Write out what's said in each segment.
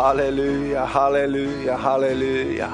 halleluja, halleluja, halleluja.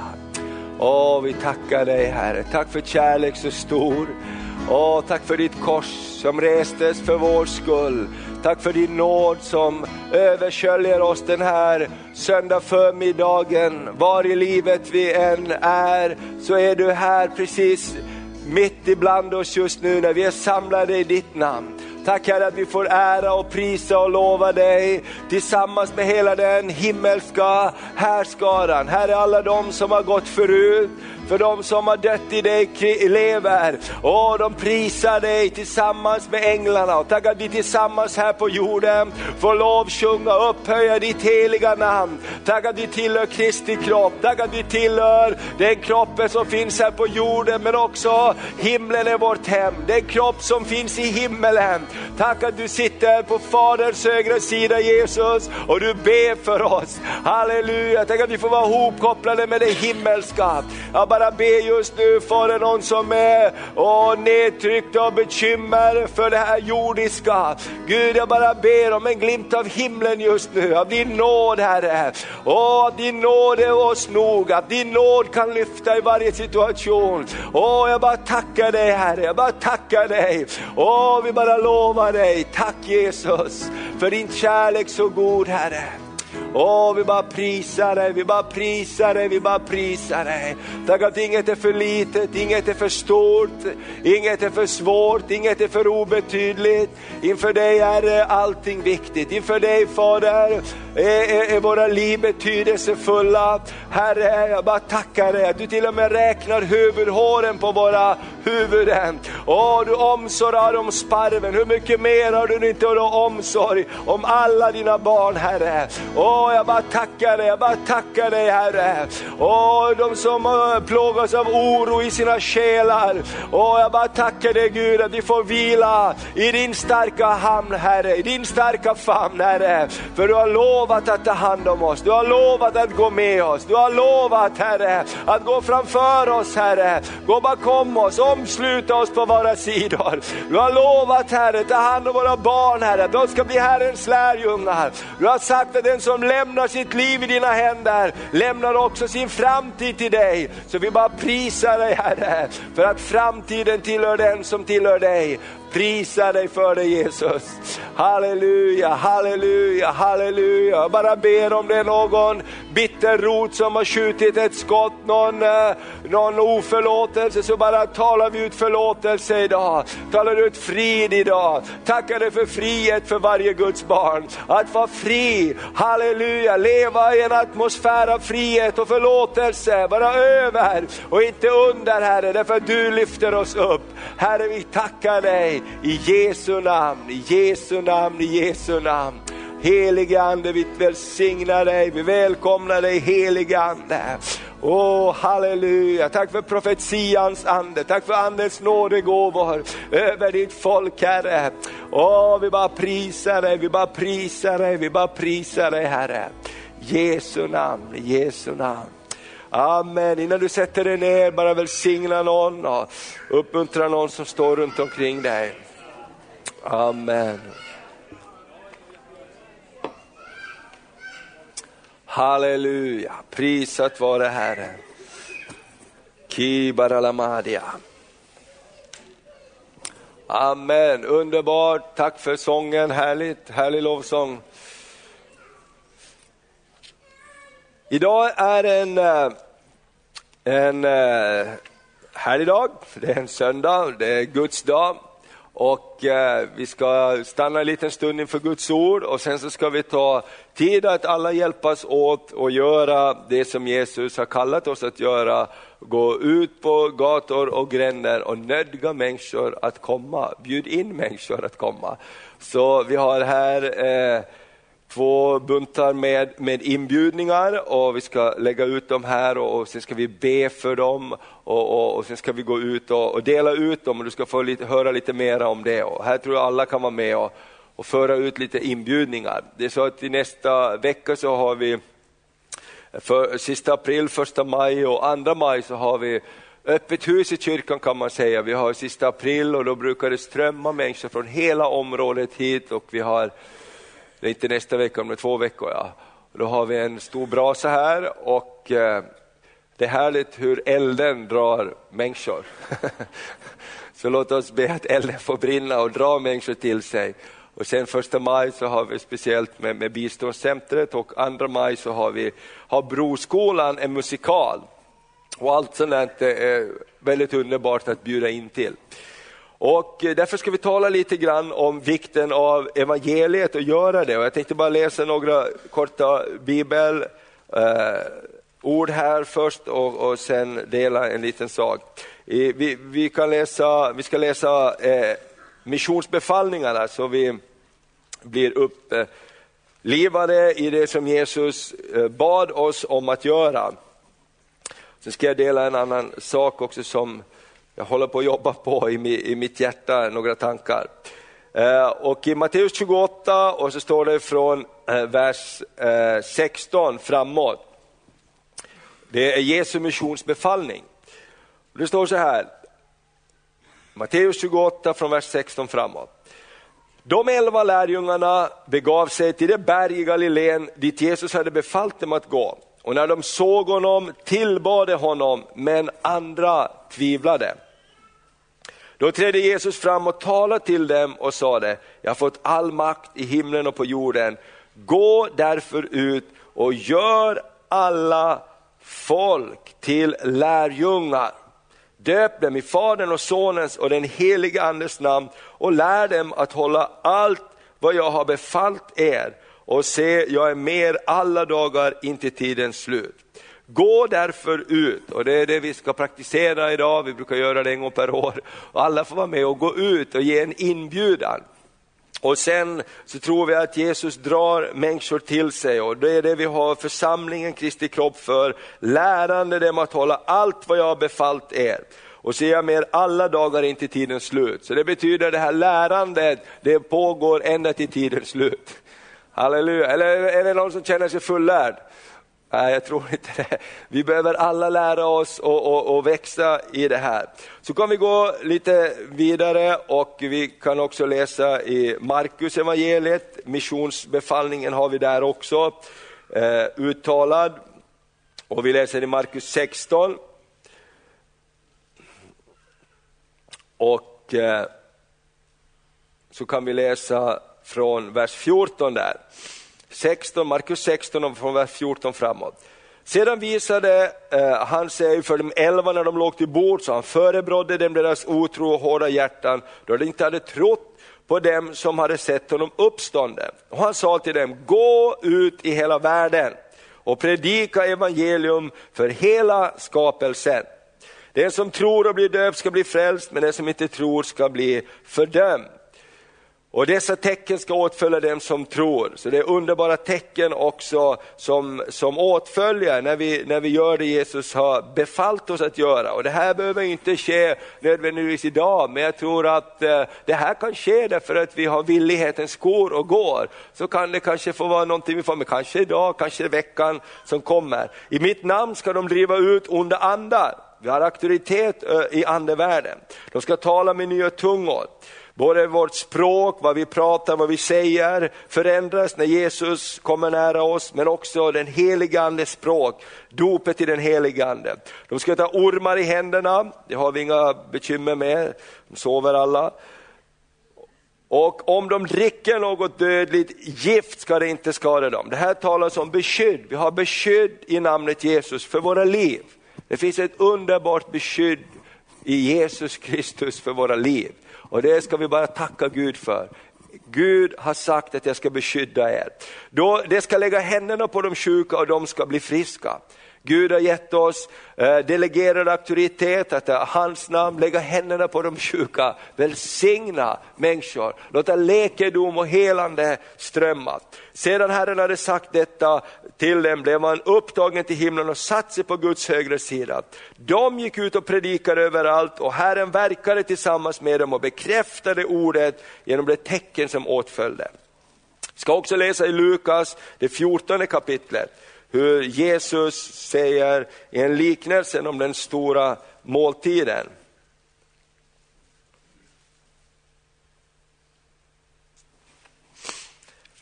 Vi tackar dig, Herre. Tack för kärlek så stor. Tack för ditt kors som restes för vår skull. Tack för din nåd som översköljer oss den här söndag förmiddagen. Var i livet vi än är, så är du här precis mitt ibland oss just nu när vi är samlade i ditt namn. Tack, Herre, att vi får ära och prisa och lova dig tillsammans med hela den himmelska härskaran. Herre, alla de som har gått förut, för de som har dött i dig lever. De prisar dig tillsammans med änglarna. Och tack att vi tillsammans här på jorden får lovsjunga och upphöja ditt heliga namn. Tack att vi tillhör Kristi kropp. Tack att vi tillhör den kroppen som finns här på jorden, men också himlen är vårt hem. Den kropp som finns i himmelen. Tack att du sitter på Faderns högra sida, Jesus, och du ber för oss. Halleluja. Tack att vi får vara hopkopplade med det himmelska. Jag bara ber just nu för någon som är nedtryckt av bekymmer för det här jordiska. Gud, jag bara ber om en glimt av himlen just nu, av din nåd, Herre. Att din nåd är oss nog, att din nåd kan lyfta i varje situation. Jag bara tackar dig, Herre. Jag bara tackar dig. Vi bara lovar dig. Tack, Jesus, för din kärlek så god, Herre. Vi bara prisar dig, vi bara prisar dig, vi bara prisar dig. Tack att inget är för litet, inget är för stort, inget är för svårt, inget är för obetydligt. Inför dig är allting viktigt. Inför dig, Fader, är våra liv betydelsefulla. Herre, jag bara tackar dig att du till och med räknar huvudhåren på våra huvuden. Du omsorgar om sparven. Hur mycket mer har du inte omsorg om alla dina barn, Herre? Jag bara tackar dig, Herre. De som plågas av oro i sina själar. Jag bara tackar dig, Gud, att vi får vila i din starka hamn, Herre. I din starka famn, Herre. För du har lovat att ta hand om oss. Du har lovat att gå med oss. Du har lovat, Herre, att gå framför oss, Herre. Gå bakom oss, omsluta oss på våra sidor. Du har lovat, Herre, ta hand om våra barn, Herre. De ska bli Herrens lärjungar. Du har sagt att den som lämnar sitt liv i dina händer lämnar också sin framtid till dig. Så vi bara prisar dig, Herre, för att framtiden tillhör den som tillhör dig. Prisa dig för det, Jesus. Halleluja, halleluja, halleluja. Jag bara ber om det är någon bitter rot som har skjutit ett skott, någon oförlåtelse, så bara talar vi ut förlåtelse idag. Talar ut frid idag. Tackar dig för frihet för varje Guds barn. Att vara fri, halleluja, leva i en atmosfär av frihet och förlåtelse. Vara över och inte under, Herre, därför att du lyfter oss upp. Herre, vi tackar dig. I Jesu namn, i Jesu namn, i Jesu namn. Helige Ande, vi välsignar dig, vi välkomnar dig, helige Ande. Halleluja, tack för profetians ande, tack för andens nådegåvor över ditt folk, Herre. Vi bara prisar dig, vi bara prisar dig, vi bara prisar dig, Herre. Jesu namn, Jesu namn. Amen. Innan du sätter dig ner, bara välsigna någon och uppmuntra någon som står runt omkring dig. Amen. Halleluja. Prisat vare Herren. Kibaralamadia. Amen. Underbart. Tack för sången. Härlig lovsång. Idag är en härlig dag. Det är en söndag. Det är Guds dag. Och vi ska stanna en liten stund inför Guds ord. Och sen så ska vi ta tid att alla hjälpas åt och göra det som Jesus har kallat oss att göra. Gå ut på gator och gränder och nödga människor att komma. Bjud in människor att komma. Så vi har här 2 buntar med inbjudningar och vi ska lägga ut dem här och sen ska vi be för dem och sen ska vi gå ut och dela ut dem och du ska få höra lite mer om det. Och här tror jag alla kan vara med och föra ut lite inbjudningar. Det är så att i nästa vecka så har vi för sista april, 1 maj och 2 maj så har vi öppet hus i kyrkan, kan man säga. Vi har sista april och då brukar det strömma människor från hela området hit och vi har, det är inte nästa vecka, om det är 2 veckor, ja. Då har vi en stor brasa här och det är härligt hur elden drar människor. Så låt oss be att elden får brinna och dra människor till sig. Och sen 1 maj så har vi speciellt med biståndscentret och 2 maj så har Broskolan en musikal. Och allt sånt är väldigt underbart att bjuda in till. Och därför ska vi tala lite grann om vikten av evangeliet och göra det. Och jag tänkte bara läsa några korta bibelord här först och sen dela en liten sak. Vi ska läsa missionsbefallningarna så vi blir upplivade i det som Jesus bad oss om att göra. Sen ska jag dela en annan sak också som jag håller på att jobba på i mitt hjärta, några tankar. Och i Matteus 28 och så står det från vers 16 framåt. Det är Jesu missionsbefallning. Det står så här. Matteus 28 från vers 16 framåt. De 11 lärjungarna begav sig till det berg i Galileen dit Jesus hade befallt dem att gå. Och när de såg honom tillbade honom, men andra tvivlade. Då trädde Jesus fram och talade till dem och sade: jag har fått all makt i himlen och på jorden. Gå därför ut och gör alla folk till lärjungar. Döp dem i Faderns och Sonens och den helige Andes namn och lär dem att hålla allt vad jag har befallt er. Och se, jag är med alla dagar in till tidens slut. Gå därför ut, och det är det vi ska praktisera idag. Vi brukar göra det en gång per år. Och alla får vara med och gå ut och ge en inbjudan. Och sen så tror vi att Jesus drar människor till sig, och det är det vi har församlingen Kristi kropp för. Lärande dem att hålla allt vad jag har befallt er. Och se, jag är med alla dagar in till tidens slut. Så det betyder det här lärandet, det pågår ända till tidens slut. Halleluja. Eller är det någon som känner sig fullärd? Nej, jag tror inte det. Vi behöver alla lära oss och växa i det här. Så kan vi gå lite vidare och vi kan också läsa i Markus evangeliet. Missionsbefallningen har vi där också uttalad. Och vi läser i Markus 16. Och så kan vi läsa från vers 14 där. Markus 16 och från vers 14 framåt. Sedan visade han sig för de 11 när de låg till bord, så han förebrådde dem deras otro och hårda hjärtan, då de inte hade trott på dem som hade sett honom uppstånden. Och han sa till dem: gå ut i hela världen och predika evangelium för hela skapelsen. Den som tror och blir döpt ska bli frälst, men den som inte tror ska bli fördömd. Och dessa tecken ska åtfölja dem som tror. Så det är underbara tecken också som åtföljer när vi gör det Jesus har befallt oss att göra. Och det här behöver inte ske nödvändigtvis idag, men jag tror att det här kan ske därför att vi har villighetens skor och går. Så kan det kanske få vara någonting vi får med, kanske idag, kanske veckan som kommer. I mitt namn ska de driva ut onda andar. Vi har auktoritet i andevärlden. De ska tala med nya tungor. Både vårt språk, vad vi pratar, vad vi säger förändras när Jesus kommer nära oss, men också den helige andes språk, dopet i den helige ande. De ska ta ormar i händerna, det har vi inga bekymmer med, de sover alla. Och om de dricker något dödligt gift ska det inte skada dem. Det här talas om beskydd, vi har beskydd i namnet Jesus för våra liv. Det finns ett underbart beskydd i Jesus Kristus för våra liv. Och det ska vi bara tacka Gud för. Gud har sagt att jag ska beskydda er. Det ska lägga händerna på de sjuka och de ska bli friska. Gud har gett oss delegerad auktoritet att hans namn lägga händerna på de sjuka, välsigna människor, låta läkedom och helande strömma. Sedan Herren hade sagt detta till dem blev man upptagen till himlen och satt sig på Guds högra sida. De gick ut och predikade överallt och Herren verkade tillsammans med dem och bekräftade ordet genom det tecken som åtföljde. Ska också läsa i Lukas, det 14:e kapitlet. Hur Jesus säger i en liknelse om den stora måltiden.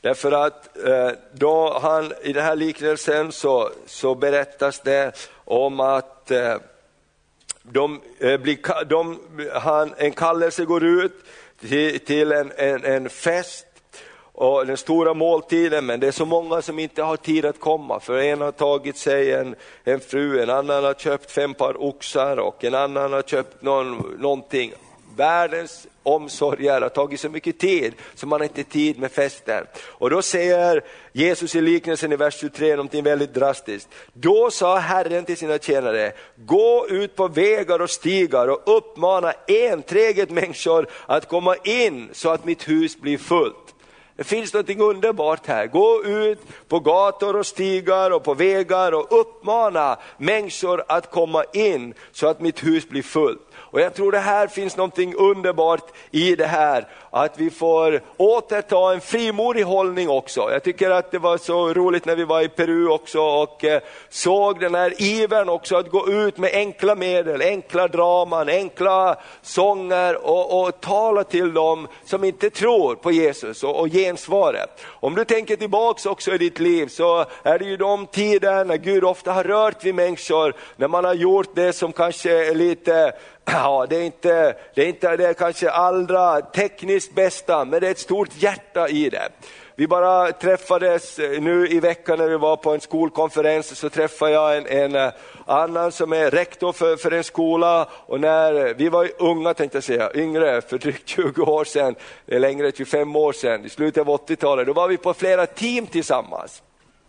Därför att då i den här liknelsen så berättas det om att en kallelse går ut till en fest och den stora måltiden, men det är så många som inte har tid att komma, för en har tagit sig en fru, en annan har köpt 5 par oxar och en annan har köpt någonting. Världens omsorger har tagit så mycket tid så man har inte tid med festen. Och då säger Jesus i liknelsen i vers 23 någonting väldigt drastiskt. Då sa Herren till sina tjänare: gå ut på vägar och stigar och uppmana enträget människor att komma in så att mitt hus blir fullt. Det finns något underbart här. Gå ut på gator och stigar och på vägar och uppmana människor att komma in så att mitt hus blir fullt. Och jag tror det här finns någonting underbart i det här. Att vi får återta en frimodig hållning också. Jag tycker att det var så roligt när vi var i Peru också och såg den här ivern också att gå ut med enkla medel, enkla draman, enkla sånger och tala till dem som inte tror på Jesus och gensvaret. Om du tänker tillbaks också i ditt liv så är det ju de tider när Gud ofta har rört vid människor, när man har gjort det som kanske är lite... Ja, det är inte det kanske allra tekniskt bästa, men det är ett stort hjärta i det. Vi bara träffades nu i veckan när vi var på en skolkonferens, så träffade jag en annan som är rektor för en skola, och när vi var unga, tänkte jag säga, yngre, för drygt 20 år sedan, det är längre, 25 år sedan, i slutet av 80-talet, då var vi på flera team tillsammans.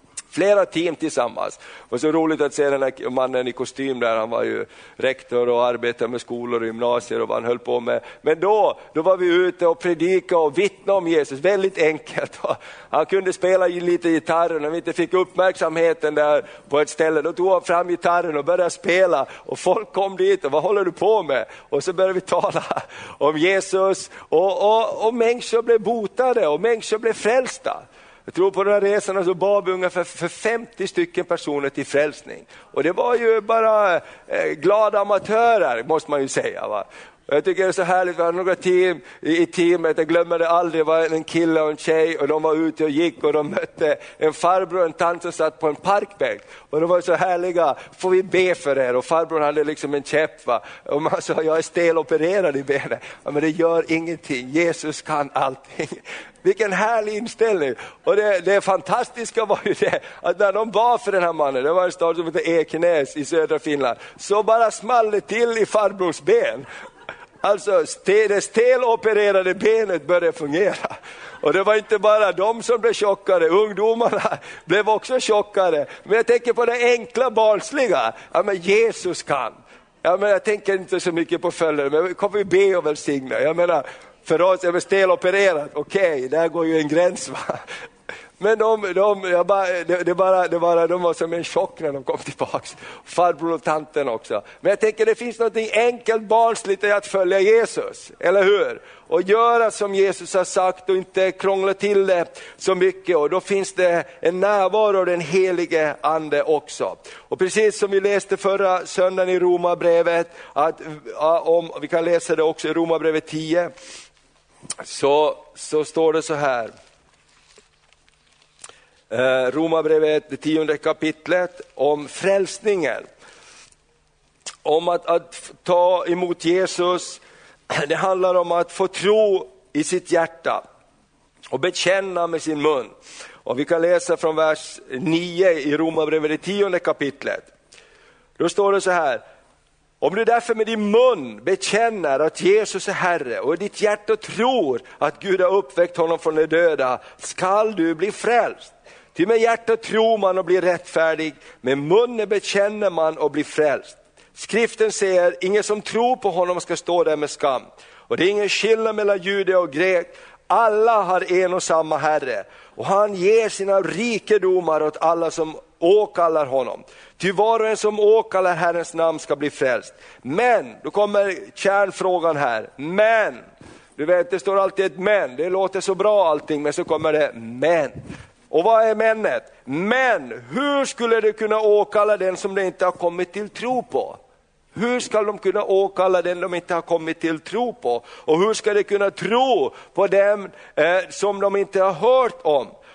Och så roligt att se den här mannen i kostym där, han var ju rektor och arbetade med skolor och gymnasier och vad han höll på med. Men då var vi ute och predika och vittna om Jesus, väldigt enkelt. Han kunde spela lite gitarr, och när vi inte fick uppmärksamheten där på ett ställe, då tog han fram gitarren och började spela. Och folk kom dit och vad håller du på med? Och så började vi tala om Jesus och människor blev botade och människor blev frälsta. Jag tror på den här resan så bad vi ungefär för 50 stycken personer till frälsning. Och det var ju bara glada amatörer, måste man ju säga, va? Jag tycker det är så härligt, vi hade några team i teamet, jag glömmer det aldrig, det var en kille och en tjej och de var ute och gick och de mötte en farbror och en tant som satt på en parkbänk. Och de var så härliga, får vi be för er? Och farbror hade liksom en käpp, va? Och man sa, jag är stelopererad i benet. Ja, men det gör ingenting, Jesus kan allting. Vilken härlig inställning. Och det fantastiska var ju det, att när de bad för den här mannen, det var en stad som heter Ekenäs i södra Finland, så bara small det till i farbrors ben. Alltså det stelopererade benet började fungera. Och det var inte bara de som blev chockade, ungdomarna blev också chockade. Men jag tänker på det enkla barnsliga, ja men Jesus kan. Ja, men jag tänker inte så mycket på följder, men kommer vi be och välsigna. Jag menar, för oss är vi stelopererat, okej, där går ju en gräns, va? Men de var som en chock när de kom tillbaks. Farbror och tanten också. Men jag tänker det finns något enkelt barnsligt i att följa Jesus, eller hur? Och göra som Jesus har sagt och inte krångla till det så mycket. Och då finns det en närvaro av den helige ande också. Och precis som vi läste förra söndagen i Romarbrevet, att om vi kan läsa det också i Romarbrevet 10, så står det så här. Romarbrevet, det 10:e kapitlet, om frälsningen. Om att ta emot Jesus. Det handlar om att få tro i sitt hjärta och bekänna med sin mun. Och vi kan läsa från vers 9 i Romarbrevet, det 10:e kapitlet. Då står det så här: om du därför med din mun bekänner att Jesus är Herre och i ditt hjärta tror att Gud har uppväckt honom från de döda, skall du bli frälst. Till med hjärtat tror man och blir rättfärdig, med munnen bekänner man och blir frälst. Skriften säger, ingen som tror på honom ska stå där med skam. Och det är ingen skillnad mellan jude och grek. Alla har en och samma Herre. Och han ger sina rikedomar åt alla som åkallar honom. Ty var och en som åkallar Herrens namn ska bli frälst. Men, då kommer kärnfrågan här. Men, du vet det står alltid ett men. Det låter så bra allting, men så kommer det men. Och vad är männet? Men hur skulle det kunna åkalla den som de inte har kommit till tro på? Hur ska de kunna åkalla den de inte har kommit till tro på? Och hur ska de kunna tro på dem som de inte har hört om?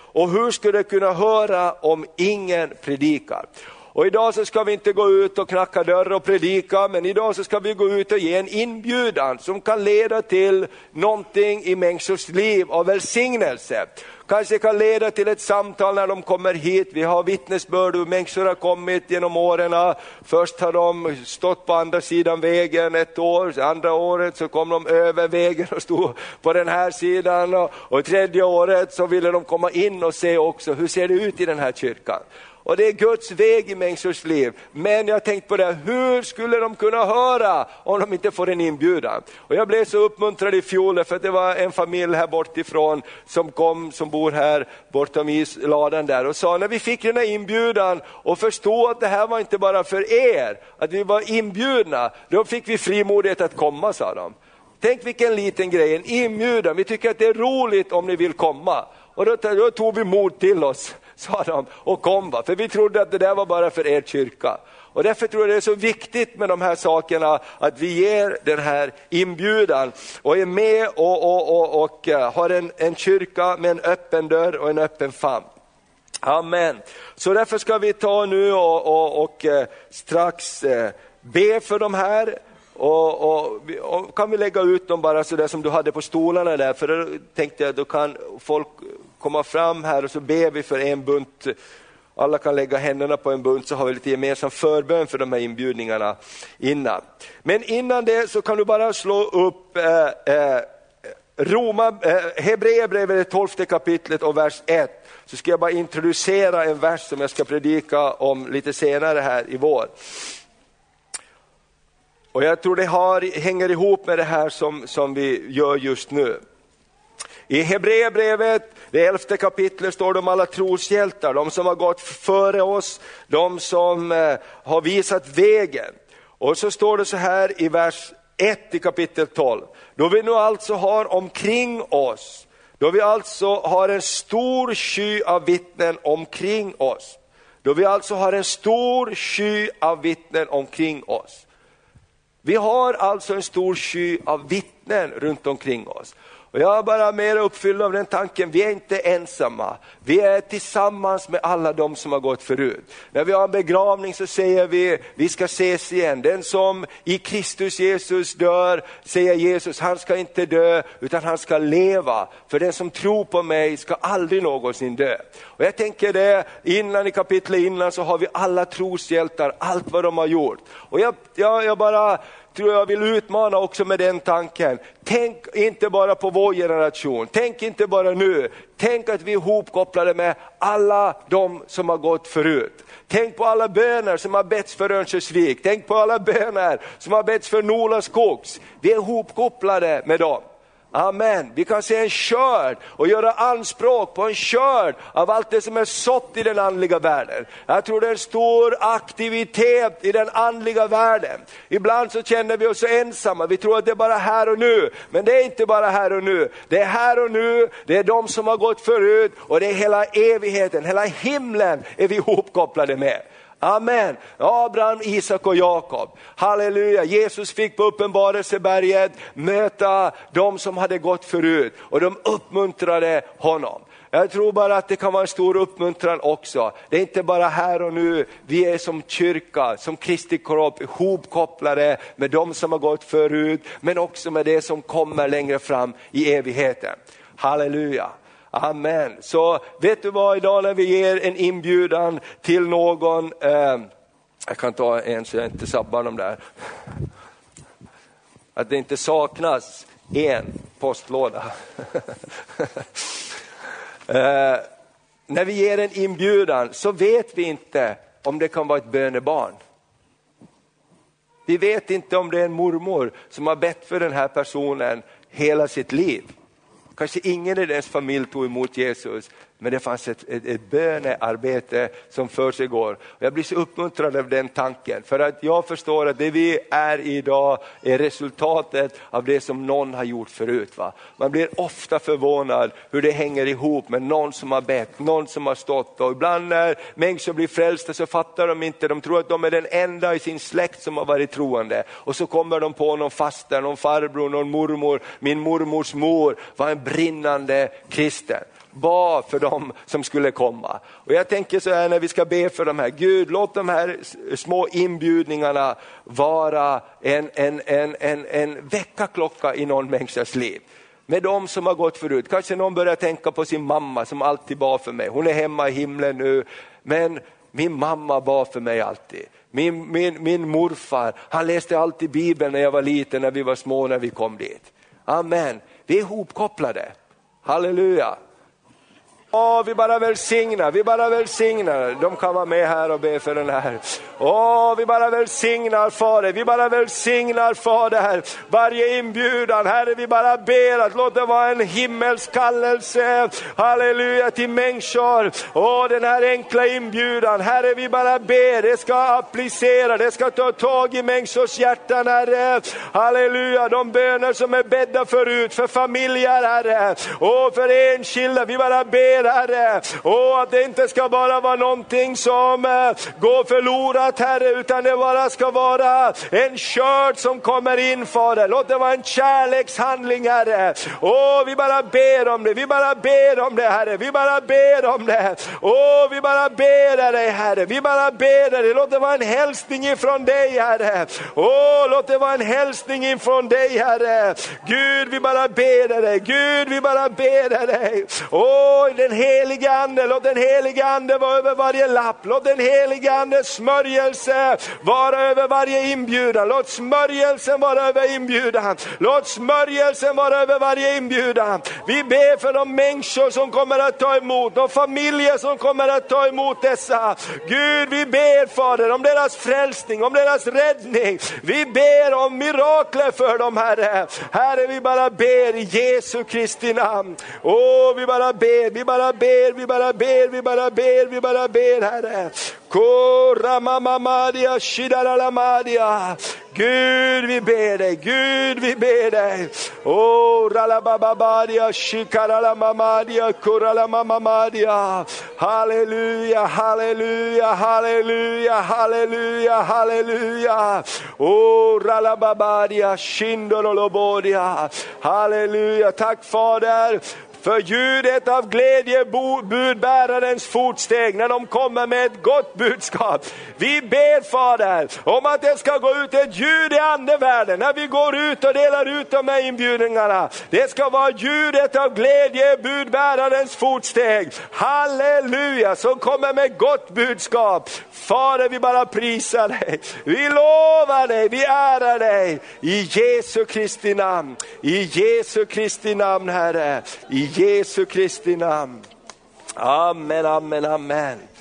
Och hur skulle det kunna höra om ingen predikar? Och idag så ska vi inte gå ut och knacka dörr och predika, men idag så ska vi gå ut och ge en inbjudan som kan leda till någonting i människors liv av välsignelse. Kanske kan leda till ett samtal när de kommer hit. Vi har vittnesbörd hur människor har kommit genom åren. Först har de stått på andra sidan vägen ett år. Andra året så kom de över vägen och stod på den här sidan. Och tredje året så ville de komma in och se också hur ser det ut i den här kyrkan. Och det är Guds väg i människors liv. Men jag tänkte på det, hur skulle de kunna höra om de inte får en inbjudan? Och jag blev så uppmuntrad i fjol för att det var en familj här bortifrån som kom, som bor här bortom isladan där. Och sa när vi fick den här inbjudan och förstod att det här var inte bara för er, att vi var inbjudna, då fick vi frimodighet att komma, sa de. Tänk vilken liten grej, en inbjudan. Vi tycker att det är roligt om ni vill komma. Och då tog vi mod till oss, sa de, och kom. För vi trodde att det där var bara för er kyrka. Och därför tror jag det är så viktigt med de här sakerna, att vi ger den här inbjudan och är med och har en kyrka med en öppen dörr och en öppen famn. Amen. Så därför ska vi ta nu och strax be för de här. Och kan vi lägga ut dem bara så där som du hade på stolarna där, för då tänkte jag då kan folk komma fram här och så ber vi för en bunt. Alla kan lägga händerna på en bunt, så har vi lite gemensam förbön för de här inbjudningarna innan. Men innan det så kan du bara slå upp Hebreerbrevet 12 kapitlet och vers 1. Så ska jag bara introducera en vers som jag ska predika om lite senare här i vår. Och jag tror det hänger ihop med det här som vi gör just nu. I Hebreerbrevet, det 11 kapitlet, står det om alla troshjältar. De som har gått före oss, de som har visat vägen. Och så står det så här i vers 1 i kapitel 12. Då vi nu alltså har omkring oss, då vi alltså har en stor sky av vittnen omkring oss. Då vi alltså har en stor sky av vittnen omkring oss. Vi har alltså en stor sky av vittnen runt omkring oss. Och jag är bara mer uppfylld av den tanken, vi är inte ensamma. Vi är tillsammans med alla de som har gått förut. När vi har en begravning så säger vi ska ses igen. Den som i Kristus Jesus dör, säger Jesus, han ska inte dö utan han ska leva. För den som tror på mig ska aldrig någonsin dö. Och jag tänker det, innan i kapitlet innan så har vi alla troshjältar, allt vad de har gjort. Och jag bara tror jag vill utmana också med den tanken. Tänk inte bara på vår generation. Tänk inte bara nu. Tänk att vi är ihopkopplade med alla de som har gått förut. Tänk på alla böner som har betts för Örnsköldsvik. Tänk på alla böner som har betts för Nola Skogs. Vi är ihopkopplade med dem. Amen. Vi kan se en skörd och göra anspråk på en skörd av allt det som är sått i den andliga världen. Jag tror det är en stor aktivitet i den andliga världen. Ibland så känner vi oss så ensamma. Vi tror att det är bara här och nu. Men det är inte bara här och nu. Det är här och nu. Det är de som har gått förut. Och det är hela evigheten. Hela himlen är vi ihopkopplade med. Amen. Abraham, Isak och Jakob. Halleluja. Jesus fick på Uppenbarelseberget möta de som hade gått förut. Och de uppmuntrade honom. Jag tror bara att det kan vara en stor uppmuntran också. Det är inte bara här och nu. Vi är som kyrka, som Kristi kropp, ihopkopplade med de som har gått förut. Men också med det som kommer längre fram i evigheten. Halleluja. Amen. Så vet du vad, idag när vi ger en inbjudan till någon, jag kan ta en så jag inte sabbar dem där. Att det inte saknas en postlåda. När vi ger en inbjudan så vet vi inte om det kan vara ett bönebarn. Vi vet inte om det är en mormor som har bett för den här personen hela sitt liv. Kanske ingen i deras familj tog emot Jesus, men det fanns ett bönearbete som för sig går. Jag blir så uppmuntrad av den tanken, för att jag förstår att det vi är idag är resultatet av det som någon har gjort förut. Va? Man blir ofta förvånad hur det hänger ihop med någon som har bett, någon som har stått. Och ibland när människor blir frälsta så fattar de inte, de tror att de är den enda i sin släkt som har varit troende. Och så kommer de på någon faster, någon farbror, någon mormor. Min mormors mor var en brinnande kristen. var för dem som skulle komma. Och jag tänker så här när vi ska be för de här, Gud låt de här små inbjudningarna vara en väckarklocka i någon människas liv. Med de som har gått förut. Kanske någon börjar tänka på sin mamma som alltid bad för mig. Hon är hemma i himlen nu. Men min mamma bad för mig alltid. Min morfar, han läste alltid Bibeln när jag var liten, när vi var små, när vi kom dit. Amen. Vi är ihopkopplade. Halleluja. Vi bara välsignar. De kan vara med här och be för den här. Vi bara välsignar Fader. Vi bara välsignar Fader. Varje inbjudan, Herre, vi bara ber att låta det vara en himmelskallelse. Halleluja till människor. Den här enkla inbjudan, Herre, vi bara ber. Det ska applicera, det ska ta tag i människors hjärtan, Herre. Halleluja, de böner som är bädda förut för familjer, Herre. Och för enskilda, vi bara ber, Herre, att det inte ska bara vara någonting som går förlorat, Herre, utan det bara ska vara en skörd som kommer in, Fader. Låt det vara en kärlekshandling, Herre. Vi bara ber om det, Herre. Vi bara ber om det. Vi bara ber dig, Herre. Vi bara ber dig. Låt det vara en hälsning ifrån dig, Herre. Låt det vara en hälsning ifrån dig, Herre. Gud, vi bara ber dig. Gud, vi bara ber dig. Den helige Ande, låt den helige Ande vara över varje lapp. Låt den helige Ande smörjelse vara över varje inbjudan. Låt smörjelsen vara över inbjudan. Låt smörjelsen vara över varje inbjudan. Vi ber för de människor som kommer att ta emot, de familjer som kommer att ta emot dessa. Gud, vi ber, Fader, om deras frälsning, om deras räddning. Vi ber om mirakler för dem, Herre. Herre, vi bara ber i Jesu Kristi namn. Vi bara ber, vi bara ber, Herre. Kora mamma madia, shidala madia. Gud, vi ber dig. Gud, vi ber dig. Rala baba madia, shikarala mamadia, korala mamma madia. Halleluja, halleluja, halleluja, halleluja, halleluja. Rala babadia, shindolo bodia. Halleluja, tack Fader. För ljudet av glädje budbärarens fotsteg när de kommer med ett gott budskap. Vi ber, Fader, om att det ska gå ut ett ljud i andevärlden när vi går ut och delar ut de här inbjudningarna. Det ska vara ljudet av glädje budbärarens fotsteg. Halleluja, som kommer med gott budskap. Fader, vi bara prisar dig. Vi lovar dig, vi ärar dig. I Jesu Kristi namn. I Jesu Kristi namn, Herre. I Jesu Kristi namn. Amen, amen, amen.